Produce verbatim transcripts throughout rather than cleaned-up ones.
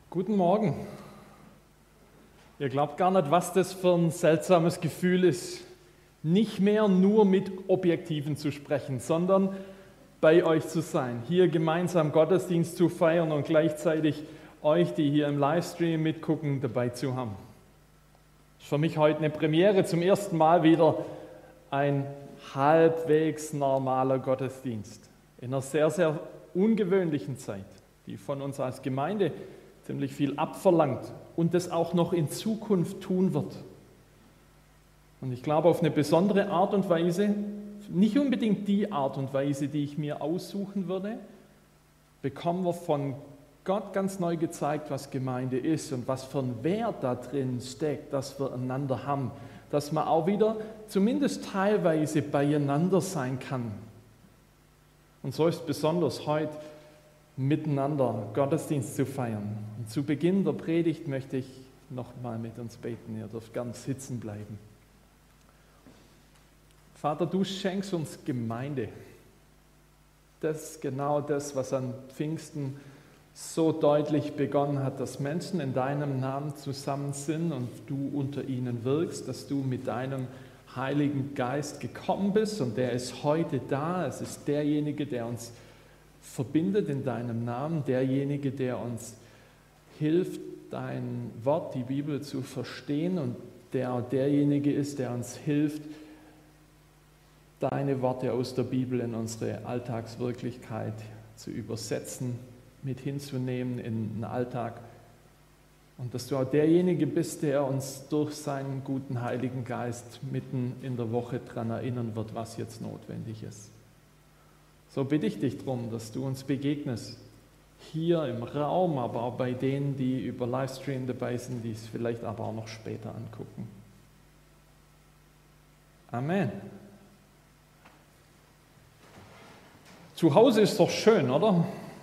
Guten Morgen. Ihr glaubt gar nicht, was das für ein seltsames Gefühl ist, nicht mehr nur mit Objektiven zu sprechen, sondern bei euch zu sein, hier gemeinsam Gottesdienst zu feiern und gleichzeitig euch, die hier im Livestream mitgucken, dabei zu haben. Das ist für mich heute eine Premiere, zum ersten Mal wieder ein halbwegs normaler Gottesdienst in einer sehr, sehr ungewöhnlichen Zeit, die von uns als Gemeinde ziemlich viel abverlangt und das auch noch in Zukunft tun wird. Und ich glaube, auf eine besondere Art und Weise, nicht unbedingt die Art und Weise, die ich mir aussuchen würde, bekommen wir von Gott ganz neu gezeigt, was Gemeinde ist und was für ein Wert da drin steckt, dass wir einander haben, dass man auch wieder zumindest teilweise beieinander sein kann. Und so ist besonders heute miteinander Gottesdienst zu feiern. Und zu Beginn der Predigt möchte ich nochmal mit uns beten. Ihr dürft gern sitzen bleiben. Vater, du schenkst uns Gemeinde. Das ist genau das, was an Pfingsten so deutlich begonnen hat, dass Menschen in deinem Namen zusammen sind und du unter ihnen wirkst, dass du mit deinem Heiligen Geist gekommen bist und der ist heute da. Es ist derjenige, der uns verbindet in deinem Namen, derjenige, der uns hilft, dein Wort, die Bibel zu verstehen und der derjenige ist, der uns hilft, deine Worte aus der Bibel in unsere Alltagswirklichkeit zu übersetzen, mit hinzunehmen in den Alltag. Und dass du auch derjenige bist, der uns durch seinen guten Heiligen Geist mitten in der Woche daran erinnern wird, was jetzt notwendig ist. So bitte ich dich darum, dass du uns begegnest, hier im Raum, aber auch bei denen, die über Livestream dabei sind, die es vielleicht aber auch noch später angucken. Amen. Zu Hause ist doch schön, oder?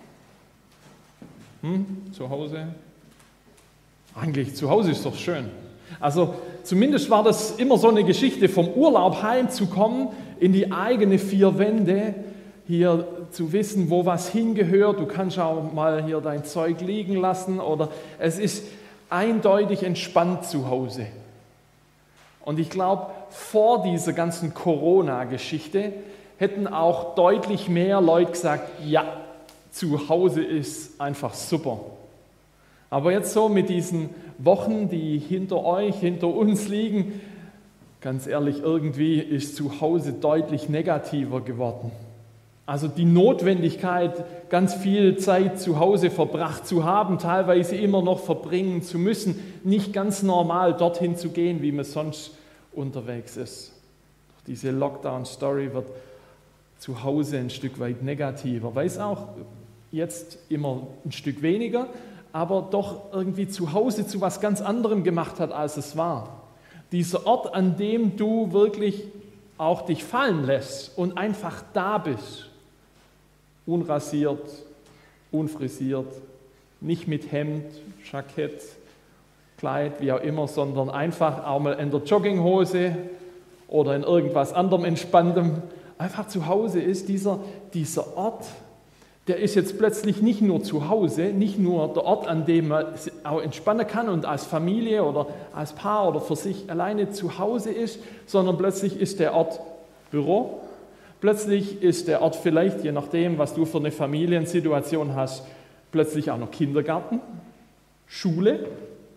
Hm? Zu Hause? Eigentlich, zu Hause ist doch schön. Also zumindest war das immer so eine Geschichte, vom Urlaub heimzukommen, in die eigene vier Wände, hier zu wissen, wo was hingehört. Du kannst auch mal hier dein Zeug liegen lassen oder es ist eindeutig entspannt zu Hause. Und ich glaube, vor dieser ganzen Corona-Geschichte hätten auch deutlich mehr Leute gesagt, ja, zu Hause ist einfach super. Aber jetzt so mit diesen Wochen, die hinter euch, hinter uns liegen, ganz ehrlich, irgendwie ist zu Hause deutlich negativer geworden. Also die Notwendigkeit, ganz viel Zeit zu Hause verbracht zu haben, teilweise immer noch verbringen zu müssen, nicht ganz normal dorthin zu gehen, wie man sonst unterwegs ist. Diese Lockdown-Story wird zu Hause ein Stück weit negativer, weil es auch jetzt immer ein Stück weniger, aber doch irgendwie zu Hause zu was ganz anderem gemacht hat, als es war. Dieser Ort, an dem du wirklich auch dich fallen lässt und einfach da bist. Unrasiert, unfrisiert, nicht mit Hemd, Jackett, Kleid, wie auch immer, sondern einfach auch mal in der Jogginghose oder in irgendwas anderem Entspanntem. Einfach zu Hause ist dieser, dieser Ort, der ist jetzt plötzlich nicht nur zu Hause, nicht nur der Ort, an dem man auch entspannen kann und als Familie oder als Paar oder für sich alleine zu Hause ist, sondern plötzlich ist der Ort Büro, plötzlich ist der Ort vielleicht, je nachdem, was du für eine Familiensituation hast, plötzlich auch noch Kindergarten, Schule,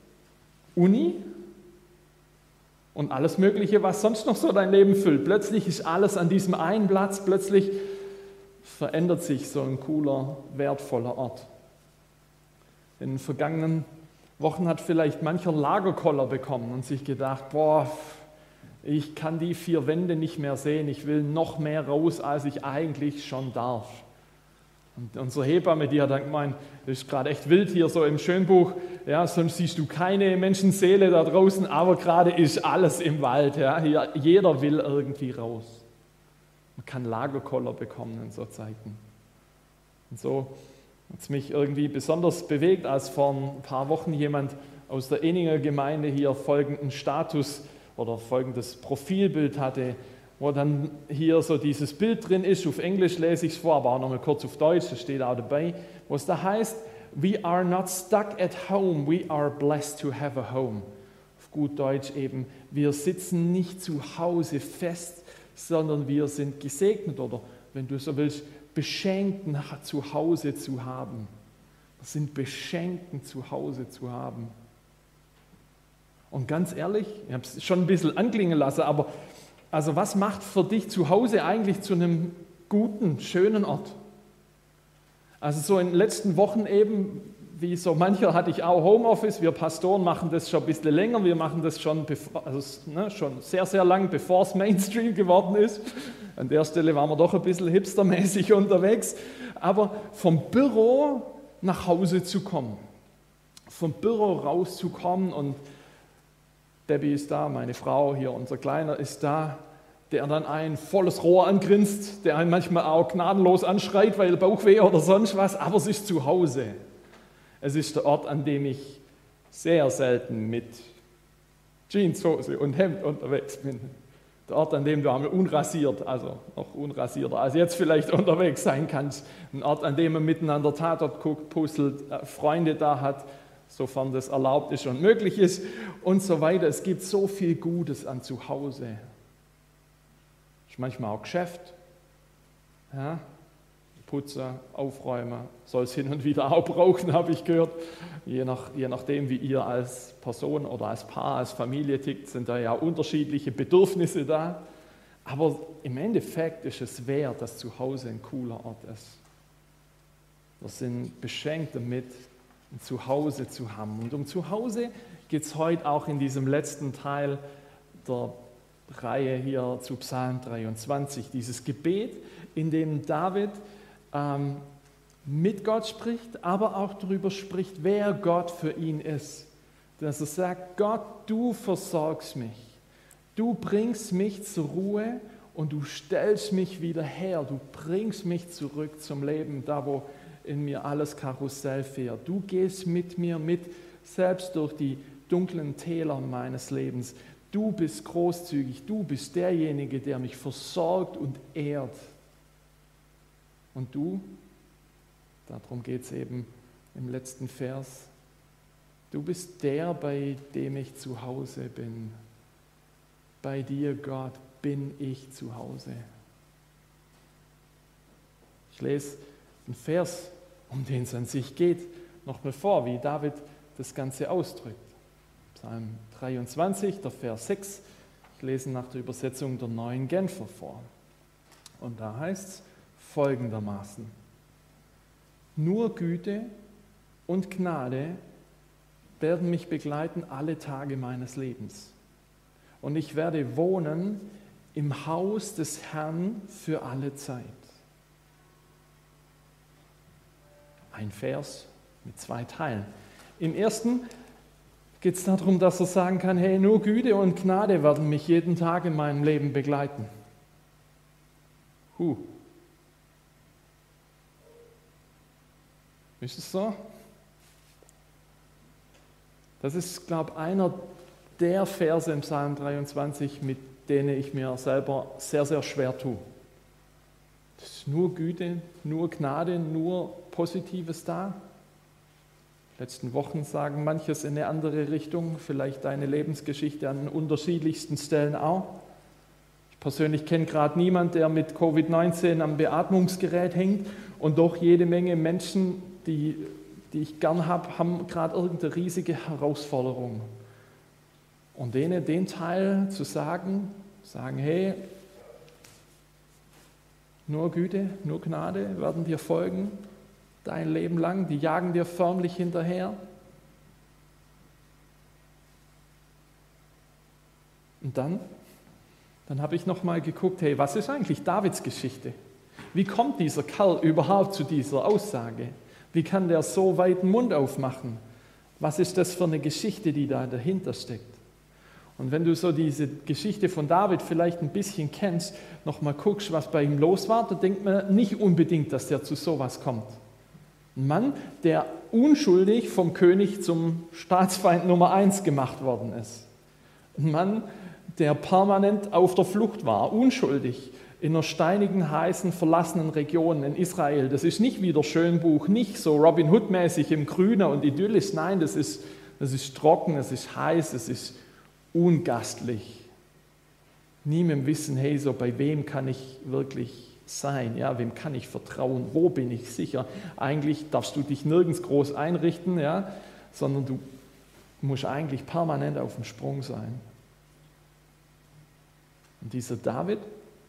Uni und alles Mögliche, was sonst noch so dein Leben füllt. Plötzlich ist alles an diesem einen Platz, plötzlich verändert sich so ein cooler, wertvoller Ort. In den vergangenen Wochen hat vielleicht mancher Lagerkoller bekommen und sich gedacht, boah, ich kann die vier Wände nicht mehr sehen, ich will noch mehr raus, als ich eigentlich schon darf. Und unsere Hebamme, die hat dann gemeint, das ist gerade echt wild hier so im Schönbuch, ja, sonst siehst du keine Menschenseele da draußen, aber gerade ist alles im Wald, ja, hier, jeder will irgendwie raus. Man kann Lagerkoller bekommen in so Zeiten. Und so hat es mich irgendwie besonders bewegt, als vor ein paar Wochen jemand aus der Eninger Gemeinde hier folgenden Status oder folgendes Profilbild hatte, wo dann hier so dieses Bild drin ist. Auf Englisch lese ich es vor, aber auch nochmal kurz auf Deutsch, das steht auch dabei, wo es da heißt, We are not stuck at home, we are blessed to have a home. Auf gut Deutsch eben, wir sitzen nicht zu Hause fest, sondern wir sind gesegnet oder, wenn du so willst, beschenkt, zu Hause zu haben. Wir sind beschenkt, zu Hause zu haben. Und ganz ehrlich, ich habe es schon ein bisschen anklingen lassen, aber also was macht für dich zu Hause eigentlich zu einem guten, schönen Ort? Also so in den letzten Wochen eben, wie so mancher hatte ich auch Homeoffice, wir Pastoren machen das schon ein bisschen länger, wir machen das schon, also, ne, schon sehr, sehr lang, bevor es Mainstream geworden ist. An der Stelle waren wir doch ein bisschen hipstermäßig unterwegs, aber vom Büro nach Hause zu kommen, vom Büro rauszukommen und Debbie ist da, meine Frau, hier unser Kleiner ist da, der dann ein volles Rohr angrinst, der einen manchmal auch gnadenlos anschreit, weil Bauchweh oder sonst was, aber es ist zu Hause. Es ist der Ort, an dem ich sehr selten mit Jeanshose und Hemd unterwegs bin. Der Ort, an dem du einmal unrasiert, also noch unrasierter als jetzt vielleicht unterwegs sein kannst. Ein Ort, an dem man miteinander Tatort guckt, puzzelt, Freunde da hat, sofern das erlaubt ist und möglich ist und so weiter. Es gibt so viel Gutes an zu Hause. Ist manchmal auch Geschäft. Ja? Putzen, aufräumen, soll es hin und wieder auch brauchen, habe ich gehört. Je, nach, je nachdem, wie ihr als Person oder als Paar, als Familie tickt, sind da ja unterschiedliche Bedürfnisse da. Aber im Endeffekt ist es wert, dass zu Hause ein cooler Ort ist. Wir sind beschenkt damit, ein Zuhause zu haben. Und um Zuhause geht es heute auch in diesem letzten Teil der Reihe hier zu Psalm dreiundzwanzig. Dieses Gebet, in dem David ähm, mit Gott spricht, aber auch darüber spricht, wer Gott für ihn ist. Dass er sagt, Gott, du versorgst mich. Du bringst mich zur Ruhe und du stellst mich wieder her. Du bringst mich zurück zum Leben, da wo in mir alles Karussell fährt. Du gehst mit mir mit, selbst durch die dunklen Täler meines Lebens. Du bist großzügig, du bist derjenige, der mich versorgt und ehrt. Und du, darum geht es eben im letzten Vers, du bist der, bei dem ich zu Hause bin. Bei dir, Gott, bin ich zu Hause. Ich lese einen Vers, um den es an sich geht, noch mal vor, wie David das Ganze ausdrückt. Psalm dreiundzwanzig, der Vers sechs, ich lese nach der Übersetzung der Neuen Genfer vor. Und da heißt es folgendermaßen: Nur Güte und Gnade werden mich begleiten alle Tage meines Lebens. Und ich werde wohnen im Haus des Herrn für alle Zeit. Ein Vers mit zwei Teilen. Im ersten geht es darum, dass er sagen kann, hey, nur Güte und Gnade werden mich jeden Tag in meinem Leben begleiten. Huh. Ist es so? Das ist, glaube ich, einer der Verse im Psalm dreiundzwanzig, mit denen ich mir selber sehr, sehr schwer tue. Das ist nur Güte, nur Gnade, nur Positives da. Die letzten Wochen sagen manches in eine andere Richtung, vielleicht deine Lebensgeschichte an unterschiedlichsten Stellen auch. Ich persönlich kenne gerade niemanden, der mit Covid neunzehn am Beatmungsgerät hängt, und doch jede Menge Menschen, die, die ich gern habe, haben gerade irgendeine riesige Herausforderung. Und denen den Teil zu sagen, sagen, hey, nur Güte, nur Gnade werden dir folgen, dein Leben lang, die jagen dir förmlich hinterher. Und dann, dann habe ich nochmal geguckt, hey, was ist eigentlich Davids Geschichte? Wie kommt dieser Kerl überhaupt zu dieser Aussage? Wie kann der so weit den Mund aufmachen? Was ist das für eine Geschichte, die da dahinter steckt? Und wenn du so diese Geschichte von David vielleicht ein bisschen kennst, nochmal guckst, was bei ihm los war, da denkt man nicht unbedingt, dass der zu sowas kommt. Ein Mann, der unschuldig vom König zum Staatsfeind Nummer eins gemacht worden ist. Ein Mann, der permanent auf der Flucht war, unschuldig, in einer steinigen, heißen, verlassenen Region in Israel. Das ist nicht wie der Schönbuch, nicht so Robin Hood-mäßig im Grünen und idyllisch. Nein, das ist, das ist trocken, es ist heiß, es ist ungastlich. Nie mit dem Wissen, hey, so bei wem kann ich wirklich sein? Ja, wem kann ich vertrauen? Wo bin ich sicher? Eigentlich darfst du dich nirgends groß einrichten, ja, sondern du musst eigentlich permanent auf dem Sprung sein. Und dieser David,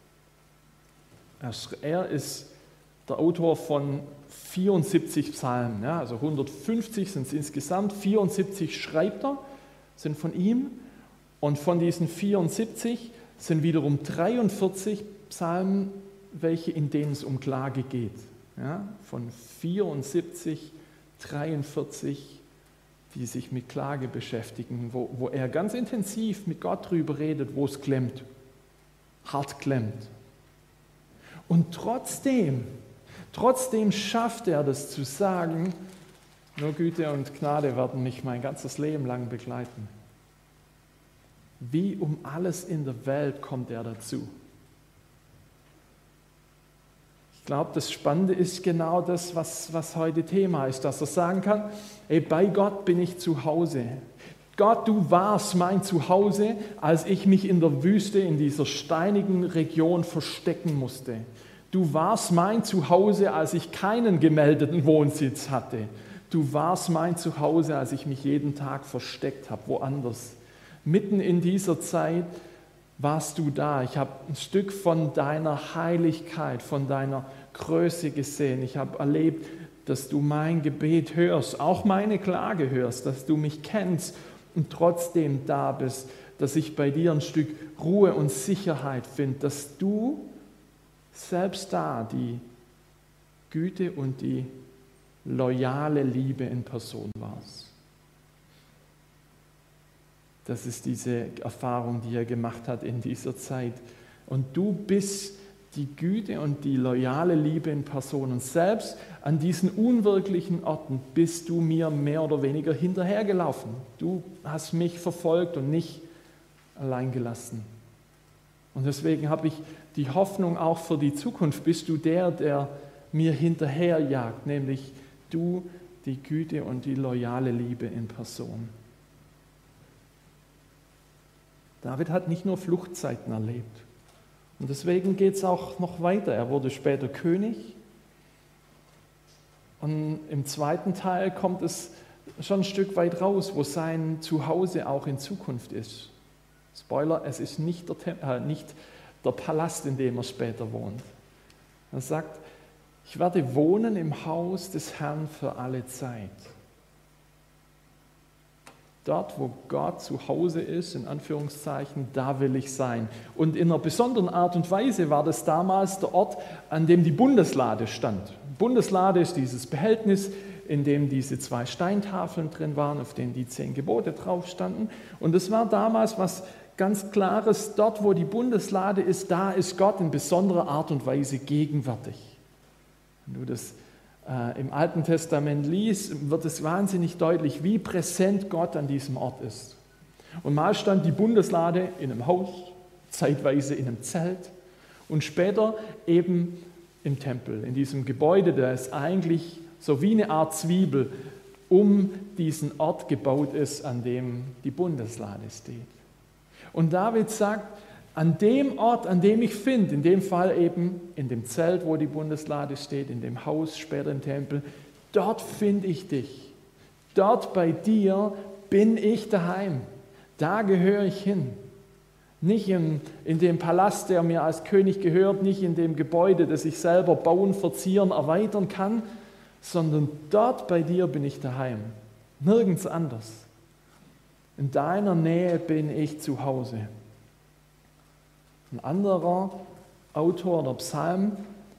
er ist der Autor von vierundsiebzig Psalmen, ja, also hundertfünfzig sind es insgesamt, vierundsiebzig schreibt er, sind von ihm, und von diesen vierundsiebzig sind wiederum dreiundvierzig Psalmen, welche in denen es um Klage geht. Ja, von vierundsiebzig, dreiundvierzig, die sich mit Klage beschäftigen, wo, wo er ganz intensiv mit Gott drüber redet, wo es klemmt, hart klemmt. Und trotzdem, trotzdem schafft er das zu sagen, nur Güte und Gnade werden mich mein ganzes Leben lang begleiten. Wie um alles in der Welt kommt er dazu? Ich glaube, das Spannende ist genau das, was, was heute Thema ist, dass er sagen kann, ey, bei Gott bin ich zu Hause. Gott, du warst mein Zuhause, als ich mich in der Wüste, in dieser steinigen Region verstecken musste. Du warst mein Zuhause, als ich keinen gemeldeten Wohnsitz hatte. Du warst mein Zuhause, als ich mich jeden Tag versteckt habe, woanders. Mitten in dieser Zeit warst du da. Ich habe ein Stück von deiner Heiligkeit, von deiner Größe gesehen. Ich habe erlebt, dass du mein Gebet hörst, auch meine Klage hörst, dass du mich kennst und trotzdem da bist, dass ich bei dir ein Stück Ruhe und Sicherheit finde, dass du selbst da die Güte und die loyale Liebe in Person warst. Das ist diese Erfahrung, die er gemacht hat in dieser Zeit. Und du bist die Güte und die loyale Liebe in Person. Und selbst an diesen unwirklichen Orten bist du mir mehr oder weniger hinterhergelaufen. Du hast mich verfolgt und nicht allein gelassen. Und deswegen habe ich die Hoffnung auch für die Zukunft. Bist du der, der mir hinterherjagt, nämlich du, die Güte und die loyale Liebe in Person. David hat nicht nur Fluchtzeiten erlebt. Und deswegen geht es auch noch weiter. Er wurde später König. Und im zweiten Teil kommt es schon ein Stück weit raus, wo sein Zuhause auch in Zukunft ist. Spoiler, es ist nicht der, Tem- äh, nicht der Palast, in dem er später wohnt. Er sagt, ich werde wohnen im Haus des Herrn für alle Zeit. Dort, wo Gott zu Hause ist, in Anführungszeichen, da will ich sein. Und in einer besonderen Art und Weise war das damals der Ort, an dem die Bundeslade stand. Bundeslade ist dieses Behältnis, in dem diese zwei Steintafeln drin waren, auf denen die zehn Gebote drauf standen. Und das war damals was ganz Klares, dort, wo die Bundeslade ist, da ist Gott in besonderer Art und Weise gegenwärtig. Wenn du das äh, im Alten Testament liest, wird es wahnsinnig deutlich, wie präsent Gott an diesem Ort ist. Und mal stand die Bundeslade in einem Haus, zeitweise in einem Zelt und später eben im Tempel, in diesem Gebäude, das eigentlich so wie eine Art Zwiebel um diesen Ort gebaut ist, an dem die Bundeslade steht. Und David sagt, an dem Ort, an dem ich finde, in dem Fall eben in dem Zelt, wo die Bundeslade steht, in dem Haus, später im Tempel, dort finde ich dich. Dort bei dir bin ich daheim. Da gehöre ich hin. Nicht in, in dem Palast, der mir als König gehört, nicht in dem Gebäude, das ich selber bauen, verzieren, erweitern kann, sondern dort bei dir bin ich daheim. Nirgends anders. In deiner Nähe bin ich zu Hause. Ein anderer Autor der Psalm,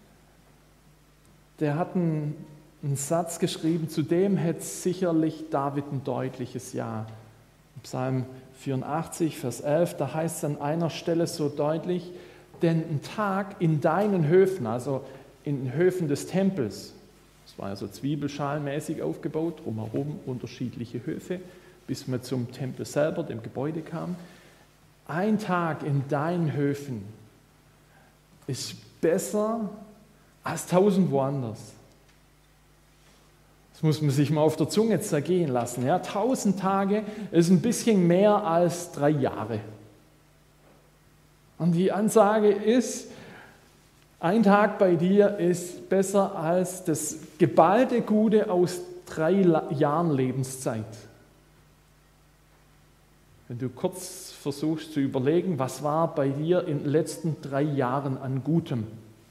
der hat einen, einen Satz geschrieben, zu dem hätte sicherlich David ein deutliches Ja. Psalm vierundachtzig, Vers elf, da heißt es an einer Stelle so deutlich, denn ein Tag in deinen Höfen, also in den Höfen des Tempels, das war ja so zwiebelschalenmäßig aufgebaut, drumherum unterschiedliche Höfe, bis man zum Tempel selber, dem Gebäude kam. Ein Tag in deinen Höfen ist besser als tausend woanders. Das muss man sich mal auf der Zunge zergehen lassen. Ja? Tausend Tage ist ein bisschen mehr als drei Jahre. Und die Ansage ist, ein Tag bei dir ist besser als das geballte Gute aus drei Jahren Lebenszeit. Wenn du kurz versuchst zu überlegen, was war bei dir in den letzten drei Jahren an Gutem,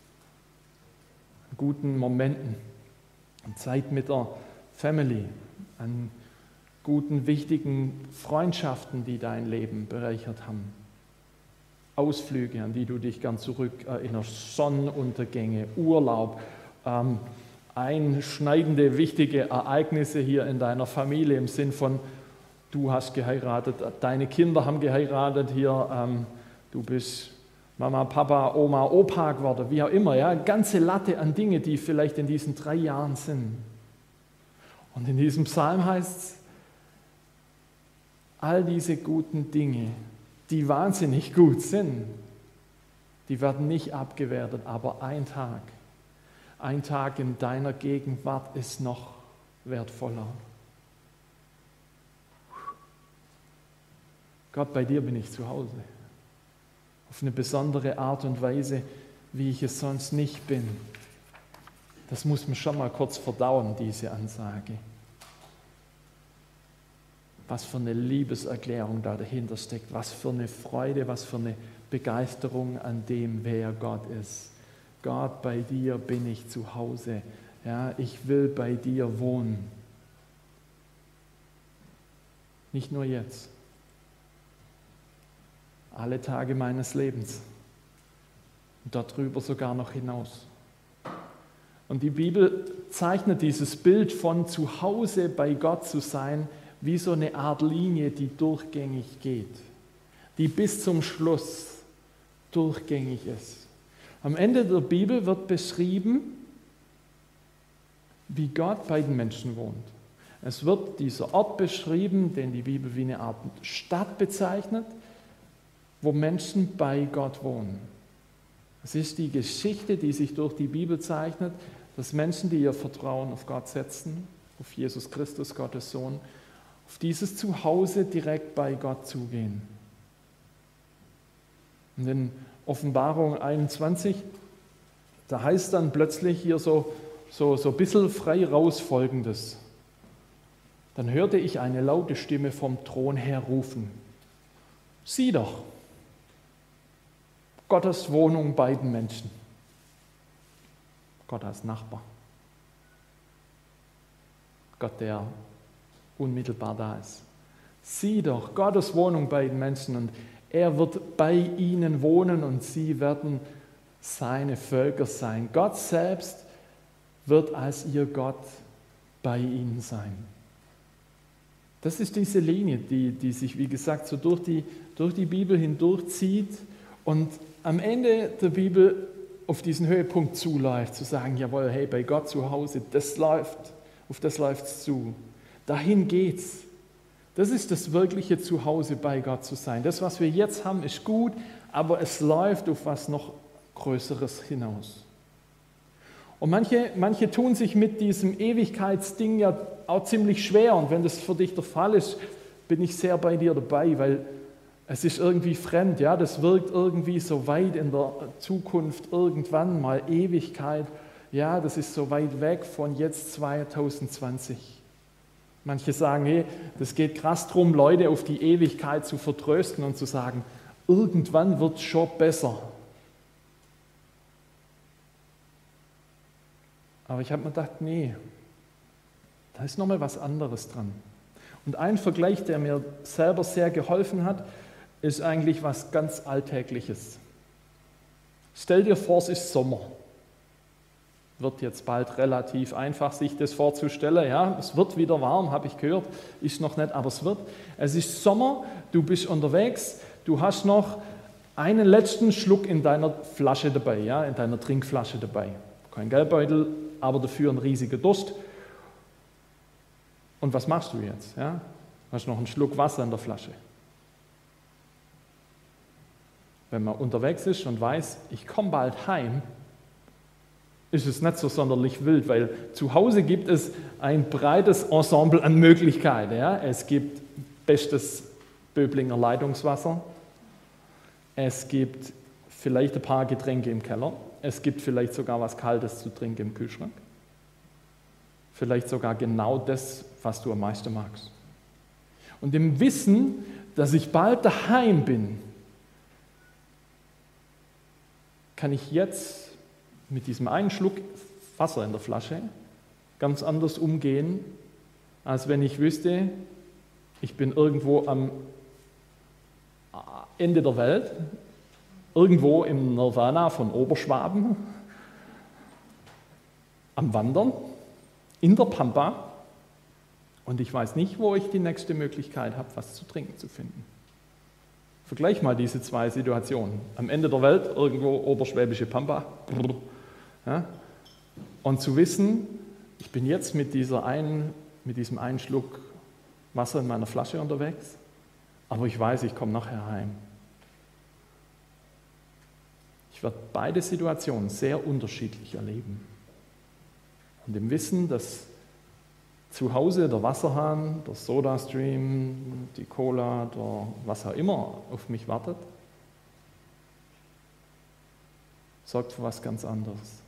an guten Momenten, an Zeit mit der Family, an guten, wichtigen Freundschaften, die dein Leben bereichert haben. Ausflüge, an die du dich gern zurückerinnerst, Sonnenuntergänge, Urlaub, ähm, einschneidende, wichtige Ereignisse hier in deiner Familie im Sinn von, du hast geheiratet, deine Kinder haben geheiratet hier, ähm, du bist Mama, Papa, Oma, Opa geworden, wie auch immer, ja, eine ganze Latte an Dinge, die vielleicht in diesen drei Jahren sind. Und in diesem Psalm heißt es, all diese guten Dinge, die wahnsinnig gut sind, die werden nicht abgewertet, aber ein Tag, ein Tag in deiner Gegenwart ist noch wertvoller. Gott, bei dir bin ich zu Hause. Auf eine besondere Art und Weise, wie ich es sonst nicht bin. Das muss man schon mal kurz verdauen, diese Ansage. Was für eine Liebeserklärung da dahinter steckt, was für eine Freude, was für eine Begeisterung an dem, wer Gott ist. Gott, bei dir bin ich zu Hause. Ja, ich will bei dir wohnen. Nicht nur jetzt. Alle Tage meines Lebens. Und darüber sogar noch hinaus. Und die Bibel zeichnet dieses Bild von zu Hause bei Gott zu sein, wie so eine Art Linie, die durchgängig geht, die bis zum Schluss durchgängig ist. Am Ende der Bibel wird beschrieben, wie Gott bei den Menschen wohnt. Es wird dieser Ort beschrieben, den die Bibel wie eine Art Stadt bezeichnet, wo Menschen bei Gott wohnen. Es ist die Geschichte, die sich durch die Bibel zeichnet, dass Menschen, die ihr Vertrauen auf Gott setzen, auf Jesus Christus, Gottes Sohn, auf dieses Zuhause direkt bei Gott zugehen. Und in Offenbarung einundzwanzig, da heißt dann plötzlich hier so, so, so ein bisschen frei raus Folgendes. Dann hörte ich eine laute Stimme vom Thron her rufen. Sieh doch, Gottes Wohnung bei den Menschen. Gott als Nachbar. Gott, der unmittelbar da ist. Sieh doch, Gottes Wohnung bei den Menschen und er wird bei ihnen wohnen und sie werden seine Völker sein. Gott selbst wird als ihr Gott bei ihnen sein. Das ist diese Linie, die, die sich, wie gesagt, so durch die, durch die Bibel hindurchzieht und am Ende der Bibel auf diesen Höhepunkt zuläuft, zu sagen, jawohl, hey, bei Gott zu Hause, das läuft, auf das läuft es zu. Dahin geht's. Das ist das wirkliche Zuhause bei Gott zu sein. Das, was wir jetzt haben, ist gut, aber es läuft auf was noch Größeres hinaus. Und manche, manche tun sich mit diesem Ewigkeitsding ja auch ziemlich schwer. Und wenn das für dich der Fall ist, bin ich sehr bei dir dabei, weil es ist irgendwie fremd. Ja? Das wirkt irgendwie so weit in der Zukunft, irgendwann mal Ewigkeit. Ja, das ist so weit weg von jetzt zwanzig zwanzig. Manche sagen, hey, das geht krass darum, Leute auf die Ewigkeit zu vertrösten und zu sagen, irgendwann wird es schon besser. Aber ich habe mir gedacht, nee, da ist nochmal was anderes dran. Und ein Vergleich, der mir selber sehr geholfen hat, ist eigentlich was ganz Alltägliches. Stell dir vor, es ist Sommer. Wird jetzt bald relativ einfach, sich das vorzustellen. Ja, es wird wieder warm, habe ich gehört. Ist noch nicht, aber es wird. Es ist Sommer, du bist unterwegs, du hast noch einen letzten Schluck in deiner Flasche dabei, ja, in deiner Trinkflasche dabei. Kein Geldbeutel, aber dafür ein riesiger Durst. Und was machst du jetzt? Ja? Du hast noch einen Schluck Wasser in der Flasche. Wenn man unterwegs ist und weiß, ich komme bald heim, ist es nicht so sonderlich wild, weil zu Hause gibt es ein breites Ensemble an Möglichkeiten. Ja? Es gibt bestes Böblinger Leitungswasser, es gibt vielleicht ein paar Getränke im Keller, es gibt vielleicht sogar was Kaltes zu trinken im Kühlschrank, vielleicht sogar genau das, was du am meisten magst. Und im Wissen, dass ich bald daheim bin, kann ich jetzt mit diesem einen Schluck Wasser in der Flasche ganz anders umgehen, als wenn ich wüsste, ich bin irgendwo am Ende der Welt, irgendwo im Nirvana von Oberschwaben, am Wandern, in der Pampa, und ich weiß nicht, wo ich die nächste Möglichkeit habe, was zu trinken zu finden. Vergleich mal diese zwei Situationen. Am Ende der Welt, irgendwo oberschwäbische Pampa. Ja? Und zu wissen, ich bin jetzt mit, dieser einen, mit diesem einen Schluck Wasser in meiner Flasche unterwegs, aber ich weiß, ich komme nachher heim. Ich werde beide Situationen sehr unterschiedlich erleben. Und im Wissen, dass zu Hause der Wasserhahn, der Sodastream, die Cola, der was auch immer auf mich wartet, sorgt für was ganz anderes.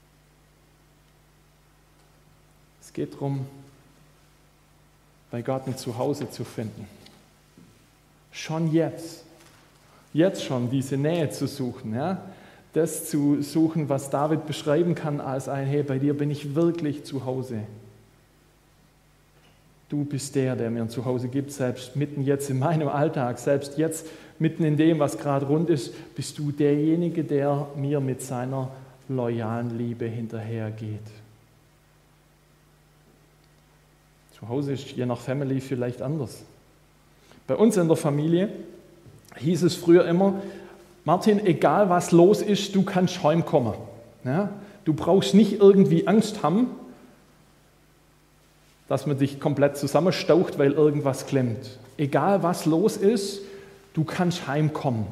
Es geht darum, bei Gott ein Zuhause zu finden. Schon jetzt, jetzt schon diese Nähe zu suchen, ja? Das zu suchen, was David beschreiben kann als ein, hey, bei dir bin ich wirklich zu Hause. Du bist der, der mir ein Zuhause gibt, selbst mitten jetzt in meinem Alltag, selbst jetzt mitten in dem, was gerade rund ist, bist du derjenige, der mir mit seiner loyalen Liebe hinterhergeht. Zu Hause ist je nach Family vielleicht anders. Bei uns in der Familie hieß es früher immer, Martin, egal was los ist, du kannst heimkommen. Ja? Du brauchst nicht irgendwie Angst haben, dass man dich komplett zusammenstaucht, weil irgendwas klemmt. Egal was los ist, du kannst heimkommen.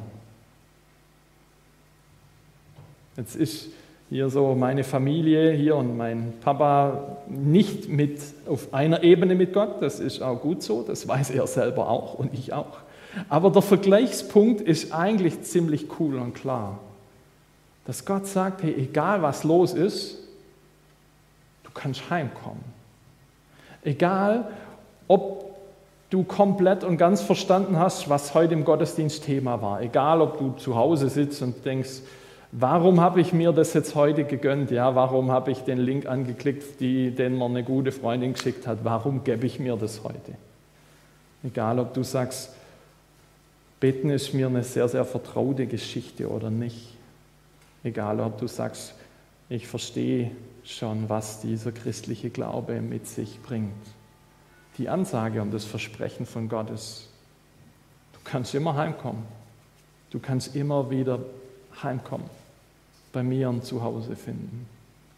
Jetzt ist hier so meine Familie hier und mein Papa nicht mit auf einer Ebene mit Gott, das ist auch gut so, das weiß er selber auch und ich auch. Aber der Vergleichspunkt ist eigentlich ziemlich cool und klar, dass Gott sagt, hey, egal was los ist, du kannst heimkommen. Egal, ob du komplett und ganz verstanden hast, was heute im Gottesdienst Thema war. Egal, ob du zu Hause sitzt und denkst, warum habe ich mir das jetzt heute gegönnt? Ja, warum habe ich den Link angeklickt, die, den mir eine gute Freundin geschickt hat? Warum gebe ich mir das heute? Egal, ob du sagst, Beten ist mir eine sehr, sehr vertraute Geschichte oder nicht. Egal, ob du sagst, ich verstehe schon, was dieser christliche Glaube mit sich bringt. Die Ansage und das Versprechen von Gott ist, du kannst immer heimkommen. Du kannst immer wieder heimkommen, bei mir ein Zuhause finden.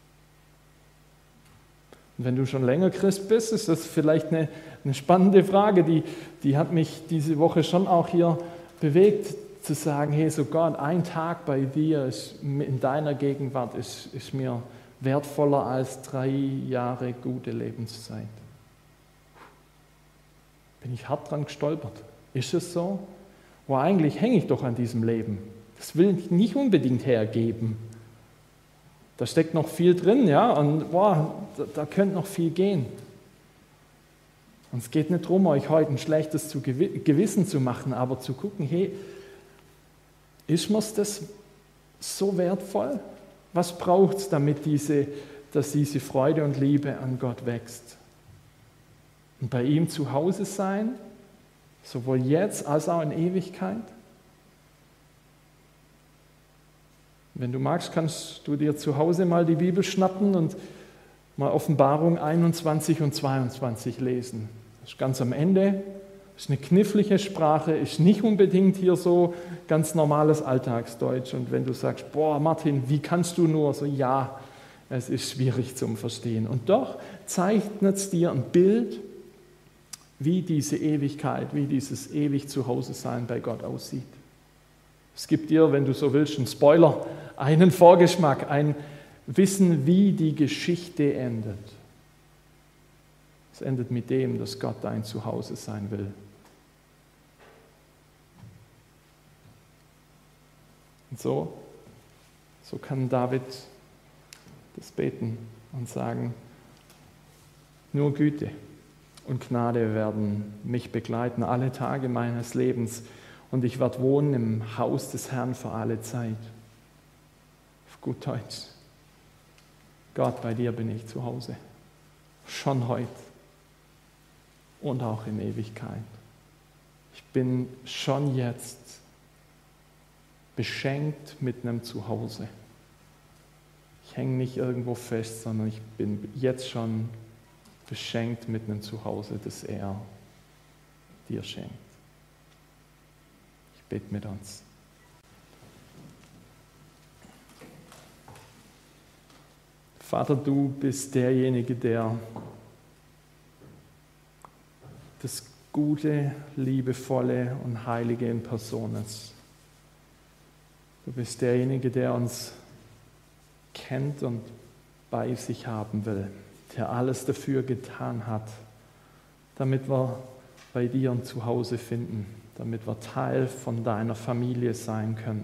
Und wenn du schon länger Christ bist, ist das vielleicht eine, eine spannende Frage, die, die hat mich diese Woche schon auch hier bewegt, zu sagen, hey, so Gott, ein Tag bei dir ist, in deiner Gegenwart ist, ist mir wertvoller als drei Jahre gute Lebenszeit. Bin ich hart dran gestolpert. Ist es so? Wo eigentlich hänge ich doch an diesem Leben. Das will ich nicht unbedingt hergeben. Da steckt noch viel drin, ja, und boah, da, da könnte noch viel gehen. Und es geht nicht darum, euch heute ein schlechtes Gewissen zu machen, aber zu gucken, hey, ist mir's das so wertvoll? Was braucht es, damit diese, dass diese Freude und Liebe an Gott wächst? Und bei ihm zu Hause sein, sowohl jetzt als auch in Ewigkeit? Wenn du magst, kannst du dir zu Hause mal die Bibel schnappen und mal Offenbarung einundzwanzig und zweiundzwanzig lesen. Das ist ganz am Ende, ist eine knifflige Sprache, ist nicht unbedingt hier so ganz normales Alltagsdeutsch. Und wenn du sagst, boah Martin, wie kannst du nur? So, ja, es ist schwierig zum Verstehen. Und doch zeichnet es dir ein Bild, wie diese Ewigkeit, wie dieses ewig Zuhause sein bei Gott aussieht. Es gibt dir, wenn du so willst, einen Spoiler, einen Vorgeschmack, ein Wissen, wie die Geschichte endet. Es endet mit dem, dass Gott dein Zuhause sein will. Und so, so kann David das beten und sagen, nur Güte und Gnade werden mich begleiten alle Tage meines Lebens und ich werde wohnen im Haus des Herrn für alle Zeit. Auf gut Deutsch, Gott, bei dir bin ich zu Hause, schon heute und auch in Ewigkeit. Ich bin schon jetzt beschenkt mit einem Zuhause. Ich hänge nicht irgendwo fest, sondern ich bin jetzt schon beschenkt mit einem Zuhause, das er dir schenkt. Ich bete mit uns. Vater, du bist derjenige, der das Gute, Liebevolle und Heilige in Person ist. Du bist derjenige, der uns kennt und bei sich haben will, der alles dafür getan hat, damit wir bei dir ein Zuhause finden, damit wir Teil von deiner Familie sein können.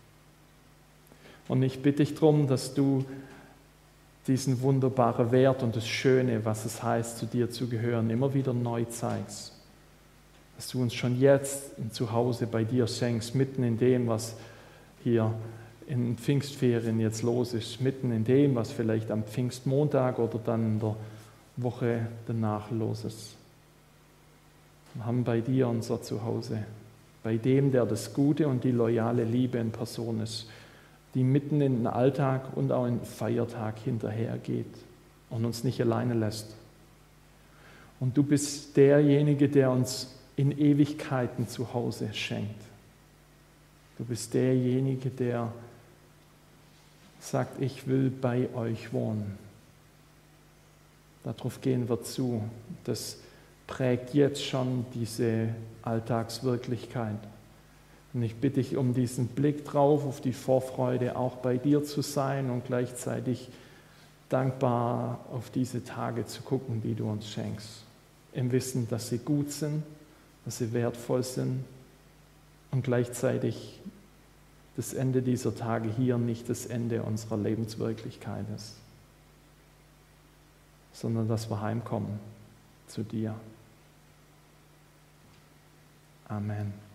Und ich bitte dich darum, dass du diesen wunderbaren Wert und das Schöne, was es heißt, zu dir zu gehören, immer wieder neu zeigst. Dass du uns schon jetzt ein Zuhause bei dir schenkst, mitten in dem, was hier in Pfingstferien jetzt los ist, mitten in dem, was vielleicht am Pfingstmontag oder dann in der Woche danach los ist. Wir haben bei dir unser Zuhause, bei dem, der das Gute und die loyale Liebe in Person ist, die mitten in den Alltag und auch in den Feiertag hinterhergeht und uns nicht alleine lässt. Und du bist derjenige, der uns in Ewigkeiten zu Hause schenkt. Du bist derjenige, der sagt, ich will bei euch wohnen. Darauf gehen wir zu. Das prägt jetzt schon diese Alltagswirklichkeit. Und ich bitte dich um diesen Blick drauf, auf die Vorfreude, auch bei dir zu sein und gleichzeitig dankbar auf diese Tage zu gucken, die du uns schenkst. Im Wissen, dass sie gut sind, dass sie wertvoll sind und gleichzeitig das Ende dieser Tage hier nicht das Ende unserer Lebenswirklichkeit ist, sondern dass wir heimkommen zu dir. Amen.